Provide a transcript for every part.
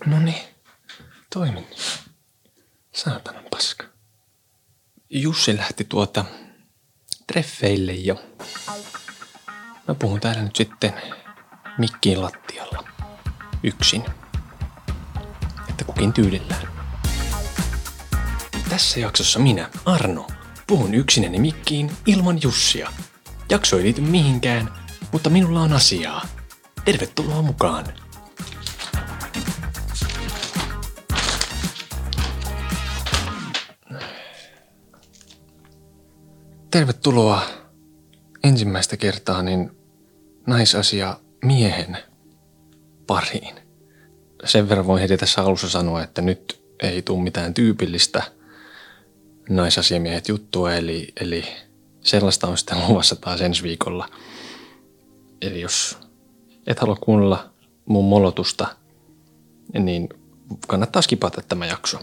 Noniin, toimin. Saatanan paska. Jussi lähti treffeille jo. Mä puhun täällä nyt sitten mikkiin lattialla. Yksin. Että kukin tyylillään. Tässä jaksossa minä, Arno, puhun yksinäni mikkiin ilman Jussia. Jakso ei liity mihinkään, mutta minulla on asiaa. Tervetuloa mukaan. Tervetuloa ensimmäistä kertaa naisasia miehen pariin. Sen verran voin heti tässä alussa sanoa, että nyt ei tule mitään tyypillistä naisasiamiehet juttua, eli sellaista on sitten luvassa taas ensi viikolla. Eli jos et halua kuunnella mun molotusta, niin kannattaa skipata tämä jakso.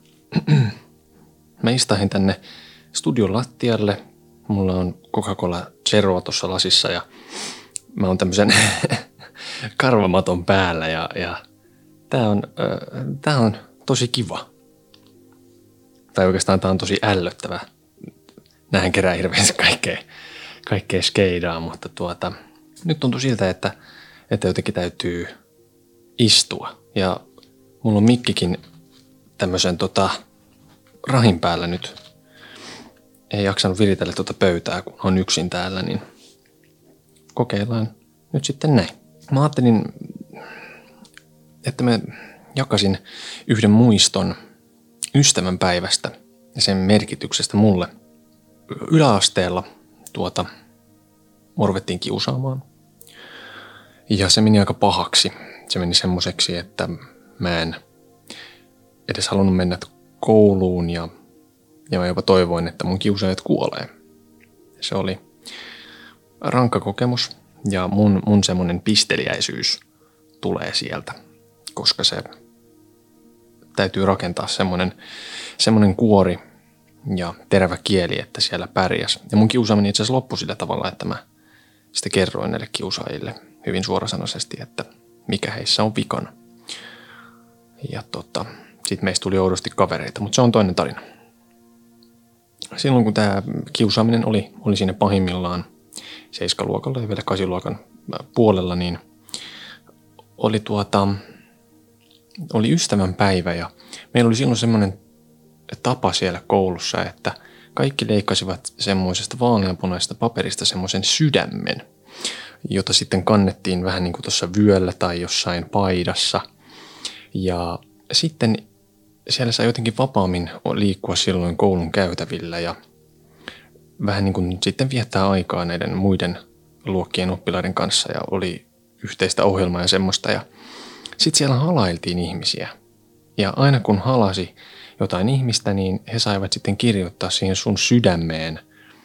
Mä istahin tänne studion lattialle. Mulla on Coca-Cola Zeroa tuossa lasissa ja mä oon tämmöisen karvamaton päällä ja tää on tosi kiva. Tai oikeastaan tää on tosi ällöttävä. Nähän kerää hirveästi kaikkea skeidaa, mutta nyt tuntuu siltä, että jotenkin täytyy istua. Ja mulla on mikkikin tämmöisen rahin päällä nyt. Ei jaksanut viritellä pöytää, kun on yksin täällä, niin kokeillaan nyt sitten näin. Mä ajattelin, että mä jakasin yhden muiston ystävänpäivästä ja sen merkityksestä mulle. Yläasteella ruvettiin kiusaamaan. Ja se meni aika pahaksi. Se meni semmoiseksi, että mä en edes halunnut mennä kouluun ja mä jopa toivoin, että mun kiusaajat kuolee. Se oli rankka kokemus ja mun semmoinen pisteliäisyys tulee sieltä, koska se täytyy rakentaa semmoinen kuori ja terävä kieli, että siellä pärjäs. Ja mun kiusaaminen itse asiassa loppui sillä tavalla, että mä sitten kerroin näille kiusaajille hyvin suorasanaisesti, että mikä heissä on vikana. Ja sit meistä tuli oudosti kavereita, mutta se on toinen tarina. Silloin kun tämä kiusaaminen oli siinä pahimmillaan 7-luokalla ja vielä 8-luokan puolella, niin oli ystävänpäivä ja meillä oli silloin semmoinen tapa siellä koulussa, että kaikki leikkasivat semmoisesta vaaleanpunaisesta paperista semmoisen sydämen, jota sitten kannettiin vähän niin kuin tuossa vyöllä tai jossain paidassa. Ja sitten siellä sai jotenkin vapaammin liikkua silloin koulun käytävillä ja vähän niin kuin sitten viettää aikaa näiden muiden luokkien oppilaiden kanssa ja oli yhteistä ohjelmaa ja semmoista. Ja sitten siellä halailtiin ihmisiä ja aina kun halasi jotain ihmistä, niin he saivat sitten kirjoittaa siihen sun sydämeen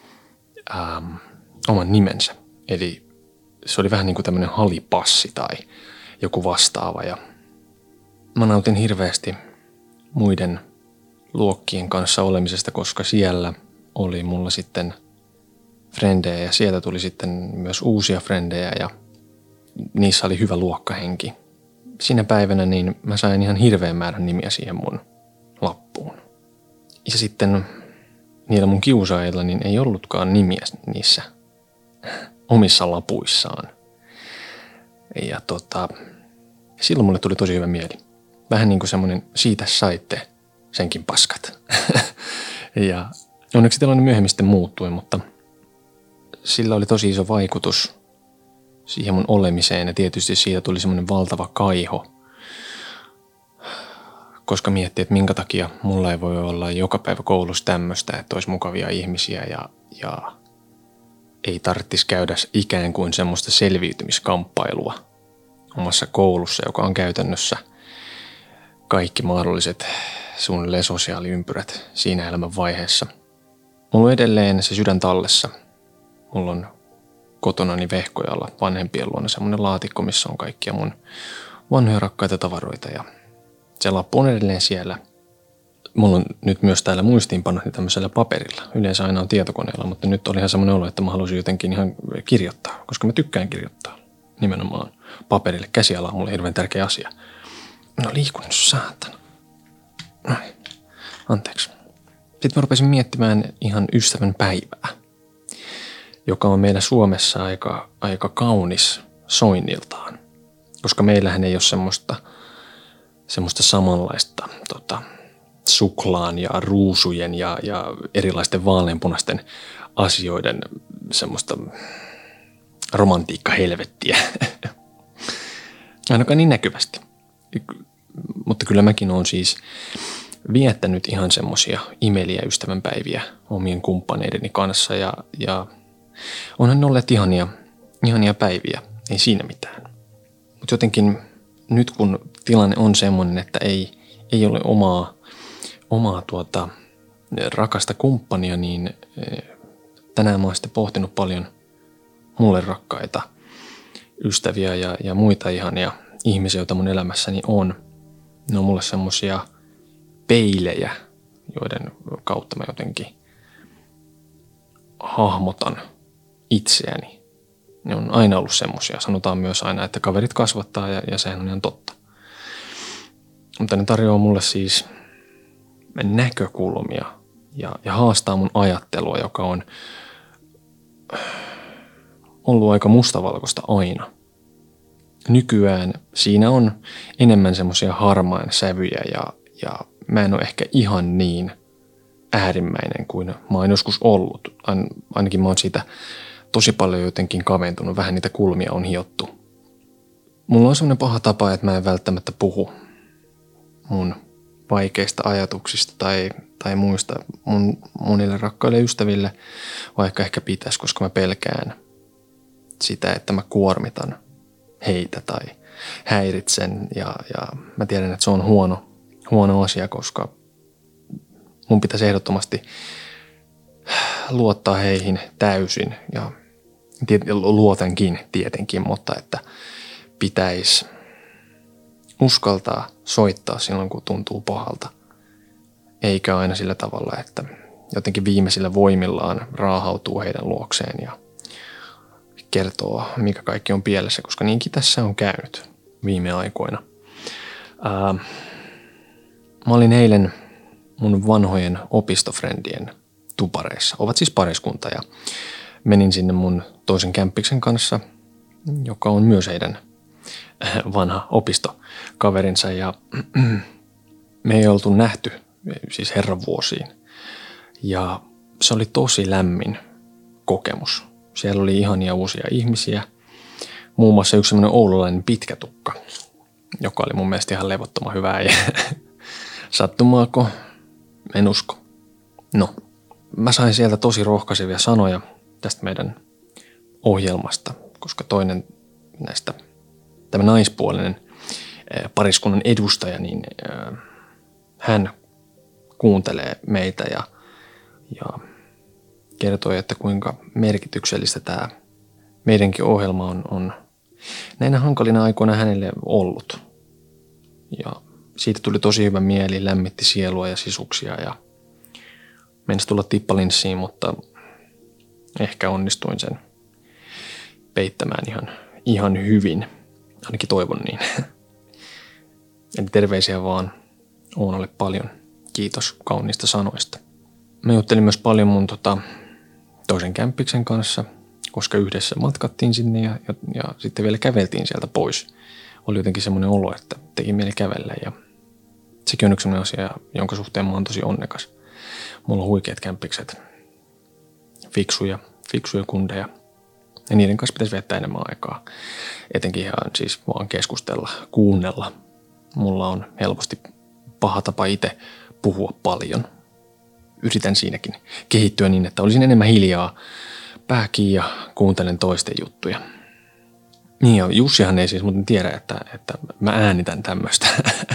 oman nimensä. Eli se oli vähän niin kuin tämmöinen halipassi tai joku vastaava ja mä nautin hirveästi muiden luokkien kanssa olemisesta, koska siellä oli mulla sitten frendejä ja sieltä tuli sitten myös uusia frendejä ja niissä oli hyvä luokkahenki. Siinä päivänä niin mä sain ihan hirveän määrän nimiä siihen mun lappuun. Ja sitten niillä mun kiusaajilla niin ei ollutkaan nimiä niissä omissa lapuissaan. Ja silloin mulle tuli tosi hyvä mieli. Vähän niin kuin semmoinen, siitä saitte senkin paskat. Ja onneksi tilanne myöhemmin sitten muuttui, mutta sillä oli tosi iso vaikutus siihen mun olemiseen. Ja tietysti siitä tuli semmoinen valtava kaiho. Koska miettii, että minkä takia mulla ei voi olla joka päivä koulussa tämmöistä, että olisi mukavia ihmisiä ja ei tarvitsisi käydä ikään kuin semmoista selviytymiskamppailua omassa koulussa, joka on käytännössä kaikki mahdolliset suunnilleen sosiaaliympyrät siinä elämän vaiheessa. Mulla on edelleen se sydän tallessa. Mulla on kotonani Vehkojalla vanhempien luona semmoinen laatikko, missä on kaikkia mun vanhoja rakkaita tavaroita ja se lappu on edelleen siellä. Mulla on nyt myös täällä muistiinpanot tämmöisellä paperilla. Yleensä aina on tietokoneella, mutta nyt oli ihan semmoinen olo, että mä halusin jotenkin ihan kirjoittaa, koska mä tykkään kirjoittaa nimenomaan paperille. Käsiala on mulle hirveän tärkeä asia. No liikun nyt saatana. Noin. Anteeksi. Sitten mä rupesin miettimään ihan ystävän päivää, joka on meillä Suomessa aika kaunis soinniltaan. Koska meillähän ei ole semmoista samanlaista suklaan ja ruusujen ja erilaisten vaaleanpunaisten asioiden semmoista romantiikkahelvettiä. Ainakaan niin näkyvästi. Mutta kyllä mäkin olen siis viettänyt ihan semmoisia imeliä ystävänpäiviä omien kumppaneideni kanssa ja onhan ne olleet ihania päiviä, ei siinä mitään. Mutta jotenkin nyt kun tilanne on semmoinen, että ei ole omaa rakasta kumppania, niin tänään mä oon sitten pohtinut paljon mulle rakkaita ystäviä ja muita ihania ihmisiä, joita mun elämässäni on. Ne on mulle semmosia peilejä, joiden kautta mä jotenkin hahmotan itseäni. Ne on aina ollut semmosia. Sanotaan myös aina, että kaverit kasvattaa ja sehän on ihan totta. Mutta ne tarjoaa mulle siis näkökulmia ja haastaa mun ajattelua, joka on ollut aika mustavalkoista aina. Nykyään siinä on enemmän semmoisia harmaan sävyjä ja mä en ole ehkä ihan niin äärimmäinen kuin mä oon joskus ollut. Ainakin mä oon siitä tosi paljon jotenkin kaventunut, vähän niitä kulmia on hiottu. Mulla on semmoinen paha tapa, että mä en välttämättä puhu mun vaikeista ajatuksista tai muista mun monille rakkaille ystäville, vaikka ehkä pitäisi, koska mä pelkään sitä, että mä kuormitan heitä tai häiritsen ja mä tiedän, että se on huono asia, koska mun pitäisi ehdottomasti luottaa heihin täysin ja luotankin tietenkin, mutta että pitäisi uskaltaa soittaa silloin, kun tuntuu pahalta, eikä aina sillä tavalla, että jotenkin viimeisillä voimillaan raahautuu heidän luokseen ja kertoo, mikä kaikki on pielessä, koska niinkin tässä on käynyt viime aikoina. Mä olin eilen mun vanhojen opistofrendien tupareissa. Ovat siis pariskunta ja menin sinne mun toisen kämppiksen kanssa, joka on myös heidän vanha opistokaverinsa ja me ei oltu nähty siis herran vuosiin. Ja se oli tosi lämmin kokemus. Siellä oli ihania uusia ihmisiä. Muun muassa yksi semmoinen oululainen pitkätukka, joka oli mun mielestä ihan levottoman hyvää. Sattumaako? En usko. No, mä sain sieltä tosi rohkaisevia sanoja tästä meidän ohjelmasta, koska toinen näistä, tämä naispuolinen pariskunnan edustaja, niin hän kuuntelee meitä ja kertoi, että kuinka merkityksellistä tämä meidänkin ohjelma on näinä hankalina aikoina hänelle ollut. Ja siitä tuli tosi hyvä mieli, lämmitti sielua ja sisuksia ja meinasi tulla tippalinssiin, mutta ehkä onnistuin sen peittämään ihan hyvin. Ainakin toivon niin. Eli terveisiä vaan Oonalle paljon. Kiitos kauniista sanoista. Mä juttelin myös paljon mun toisen kämppiksen kanssa, koska yhdessä matkattiin sinne ja sitten vielä käveltiin sieltä pois. Oli jotenkin semmoinen olo, että teki mieli kävellä ja sekin on yksi semmoinen asia, jonka suhteen mä oon tosi onnekas. Mulla on huikeat kämppikset, fiksuja kundeja ja niiden kanssa pitäisi viettää enemmän aikaa. Etenkin ihan siis vaan keskustella, kuunnella. Mulla on helposti paha tapa itse puhua paljon. Yritän siinäkin kehittyä niin, että olisin enemmän hiljaa, pää kiinni ja kuuntelen toisten juttuja. Niin ja Jussihan ei siis muuten tiedä, että mä äänitän tämmöistä.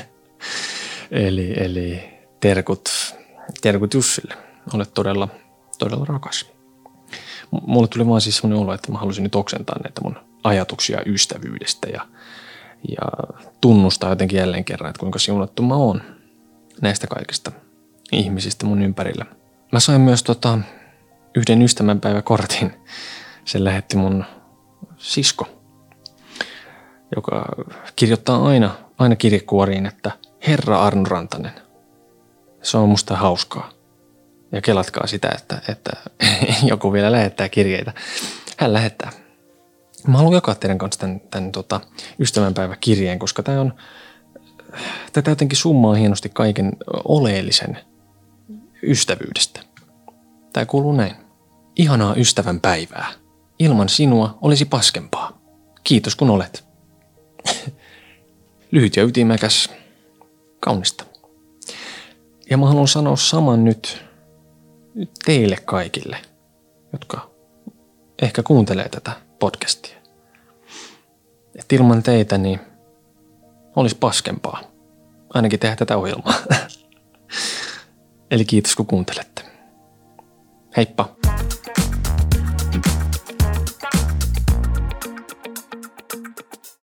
eli terkut Jussille. Olet todella, todella rakas. Mulle tuli vaan siis semmoinen olo, että mä halusin nyt oksentaa näitä mun ajatuksia ystävyydestä ja tunnustaa jotenkin jälleen kerran, että kuinka siunattu mä oon näistä kaikista ihmisistä mun ympärillä. Mä sain myös yhden ystävänpäiväkortin. Sen lähetti mun sisko, joka kirjoittaa aina aina kirjekuoriin, että Herra Arno Rantanen. Se on musta hauskaa. Ja kelatkaa sitä, että joku vielä lähettää kirjeitä. Hän lähettää. Mä haluan jakaa teidän kanssa tämän ystävänpäiväkirjeen, koska tätä jotenkin summaa hienosti kaiken oleellisen ystävyydestä. Tämä kuuluu näin. Ihanaa ystävänpäivää. Ilman sinua olisi paskempaa. Kiitos kun olet. Lyhyt ja ytimekäs. Kaunista. Ja mä haluan sanoa saman nyt teille kaikille, jotka ehkä kuuntelee tätä podcastia. Että ilman teitä niin olisi paskempaa. Ainakin tehdä tätä ohjelmaa. Eli kiitos kun kuuntelette. Heippa!